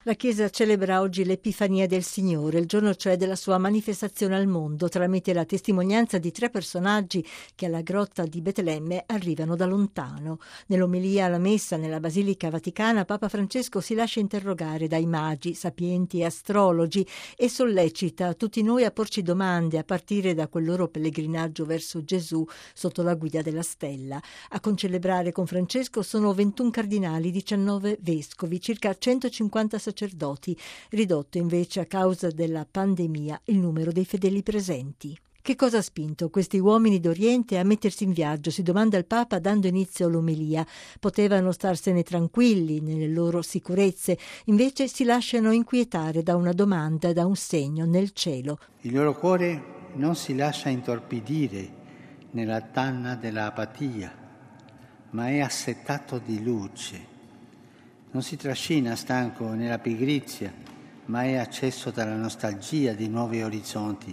La Chiesa celebra oggi l'Epifania del Signore, il giorno cioè della sua manifestazione al mondo, tramite la testimonianza di 3 personaggi che alla grotta di Betlemme arrivano da lontano. Nell'omelia alla Messa nella Basilica Vaticana, Papa Francesco si lascia interrogare dai magi, sapienti e astrologi e sollecita tutti noi a porci domande a partire da quel loro pellegrinaggio verso Gesù sotto la guida della stella. A concelebrare con Francesco sono 21 cardinali, 19 vescovi, circa 150 sacerdoti, ridotto invece a causa della pandemia il numero dei fedeli presenti. Che cosa ha spinto questi uomini d'Oriente a mettersi in viaggio? Si domanda il Papa dando inizio all'omelia. Potevano starsene tranquilli nelle loro sicurezze, invece si lasciano inquietare da una domanda, da un segno nel cielo. Il loro cuore non si lascia intorpidire nella tanna dell'apatia, ma è assetato di luce. Non si trascina stanco nella pigrizia, ma è acceso dalla nostalgia di nuovi orizzonti.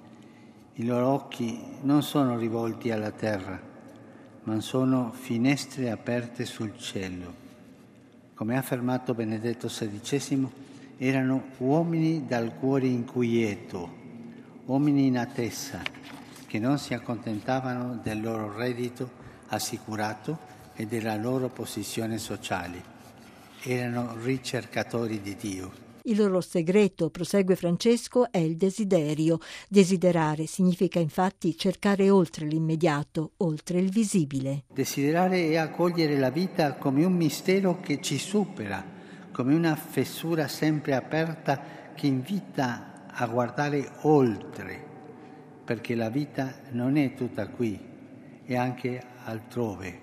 I loro occhi non sono rivolti alla terra, ma sono finestre aperte sul cielo. Come ha affermato Benedetto XVI, erano uomini dal cuore inquieto, uomini in attesa, che non si accontentavano del loro reddito assicurato e della loro posizione sociale. Erano ricercatori di Dio. Il loro segreto, prosegue Francesco, è il desiderio. Desiderare significa infatti cercare oltre l'immediato, oltre il visibile. Desiderare è accogliere la vita come un mistero che ci supera, come una fessura sempre aperta che invita a guardare oltre, perché la vita non è tutta qui, è anche altrove.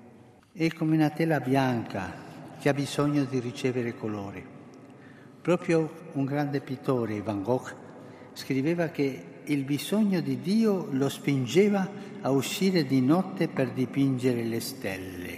È come una tela bianca che ha bisogno di ricevere colore. Proprio un grande pittore, Van Gogh, scriveva che il bisogno di Dio lo spingeva a uscire di notte per dipingere le stelle.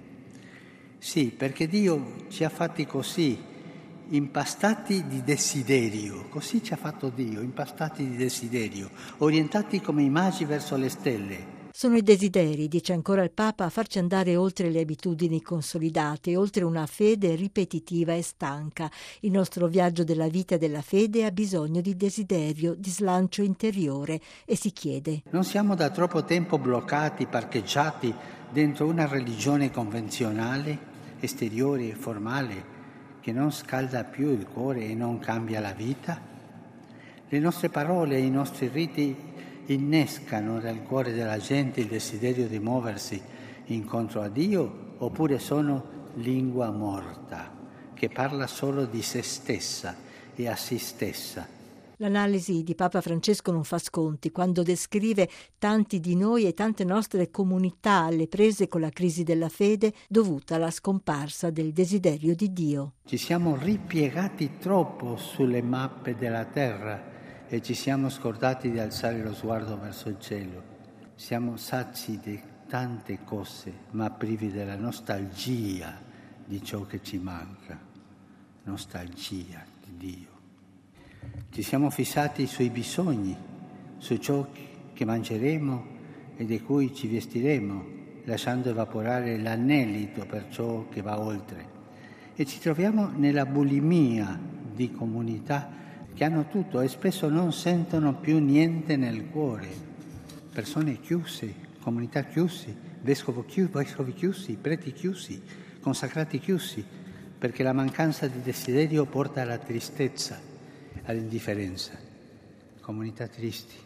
Sì, perché Dio ci ha fatti così, impastati di desiderio. Così ci ha fatto Dio, impastati di desiderio, orientati come i magi verso le stelle. Sono i desideri, dice ancora il Papa, a farci andare oltre le abitudini consolidate, oltre una fede ripetitiva e stanca. Il nostro viaggio della vita e della fede ha bisogno di desiderio, di slancio interiore e si chiede: non siamo da troppo tempo bloccati, parcheggiati dentro una religione convenzionale, esteriore e formale, che non scalda più il cuore e non cambia la vita? Le nostre parole e i nostri riti innescano nel cuore della gente il desiderio di muoversi incontro a Dio, oppure sono lingua morta che parla solo di se stessa e a si stessa. L'analisi di Papa Francesco non fa sconti quando descrive tanti di noi e tante nostre comunità alle prese con la crisi della fede dovuta alla scomparsa del desiderio di Dio. Ci siamo ripiegati troppo sulle mappe della terra e ci siamo scordati di alzare lo sguardo verso il cielo. Siamo sazi di tante cose, ma privi della nostalgia di ciò che ci manca. Nostalgia di Dio. Ci siamo fissati sui bisogni, su ciò che mangeremo e di cui ci vestiremo, lasciando evaporare l'anelito per ciò che va oltre. E ci troviamo nella bulimia di comunità che hanno tutto e spesso non sentono più niente nel cuore. Persone chiuse, comunità chiuse, vescovi chiusi, preti chiusi, consacrati chiusi, perché la mancanza di desiderio porta alla tristezza, all'indifferenza. Comunità tristi,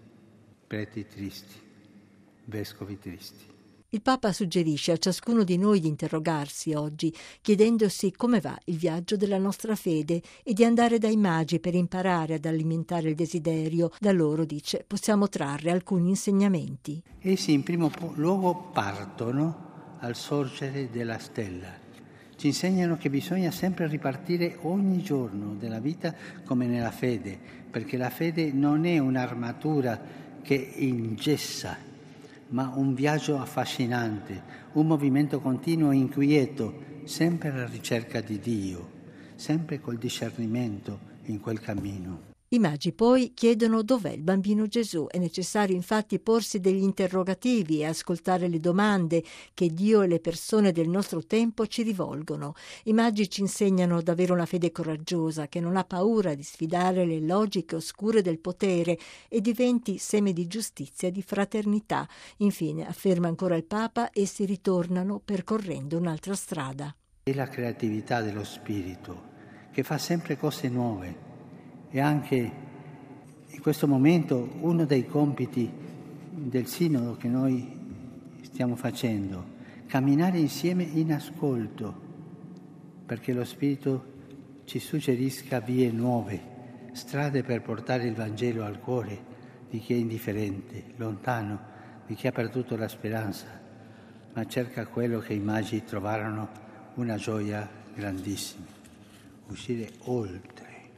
preti tristi, vescovi tristi. Il Papa suggerisce a ciascuno di noi di interrogarsi oggi, chiedendosi come va il viaggio della nostra fede e di andare dai magi per imparare ad alimentare il desiderio. Da loro, dice, possiamo trarre alcuni insegnamenti. Essi in primo luogo partono al sorgere della stella. Ci insegnano che bisogna sempre ripartire ogni giorno della vita come nella fede, perché la fede non è un'armatura che ingessa, ma un viaggio affascinante, un movimento continuo e inquieto, sempre alla ricerca di Dio, sempre col discernimento in quel cammino. I magi poi chiedono dov'è il bambino Gesù. È necessario infatti porsi degli interrogativi e ascoltare le domande che Dio e le persone del nostro tempo ci rivolgono. I magi ci insegnano ad avere una fede coraggiosa che non ha paura di sfidare le logiche oscure del potere e diventi seme di giustizia e di fraternità. Infine, afferma ancora il Papa, essi ritornano percorrendo un'altra strada. È la creatività dello Spirito che fa sempre cose nuove. E anche in questo momento uno dei compiti del Sinodo che noi stiamo facendo, camminare insieme in ascolto, perché lo Spirito ci suggerisca vie nuove, strade per portare il Vangelo al cuore di chi è indifferente, lontano, di chi ha perduto la speranza, ma cerca quello che i magi trovarono, una gioia grandissima, uscire oltre.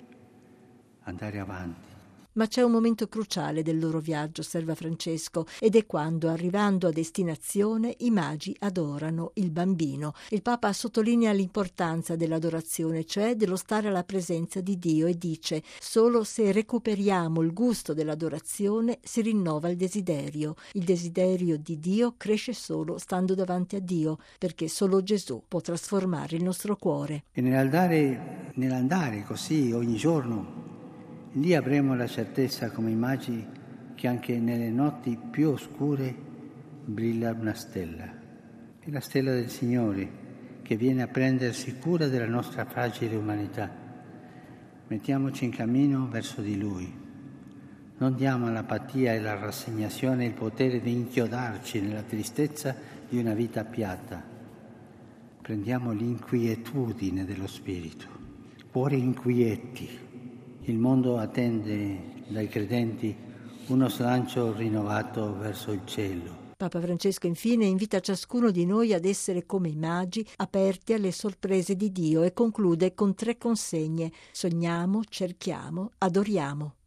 Andare avanti. Ma c'è un momento cruciale del loro viaggio, osserva Francesco, ed è quando, arrivando a destinazione, i magi adorano il bambino. Il Papa sottolinea l'importanza dell'adorazione, cioè dello stare alla presenza di Dio, e dice: solo se recuperiamo il gusto dell'adorazione si rinnova il desiderio. Il desiderio di Dio cresce solo stando davanti a Dio, perché solo Gesù può trasformare il nostro cuore. E nell'andare così ogni giorno, lì avremo la certezza come i magi che anche nelle notti più oscure brilla una stella. È la stella del Signore che viene a prendersi cura della nostra fragile umanità. Mettiamoci in cammino verso di Lui. Non diamo all'apatia e alla rassegnazione il potere di inchiodarci nella tristezza di una vita piatta. Prendiamo l'inquietudine dello Spirito, cuori inquieti. Il mondo attende dai credenti uno slancio rinnovato verso il cielo. Papa Francesco infine invita ciascuno di noi ad essere come i magi, aperti alle sorprese di Dio, e conclude con 3 consegne: sogniamo, cerchiamo, adoriamo.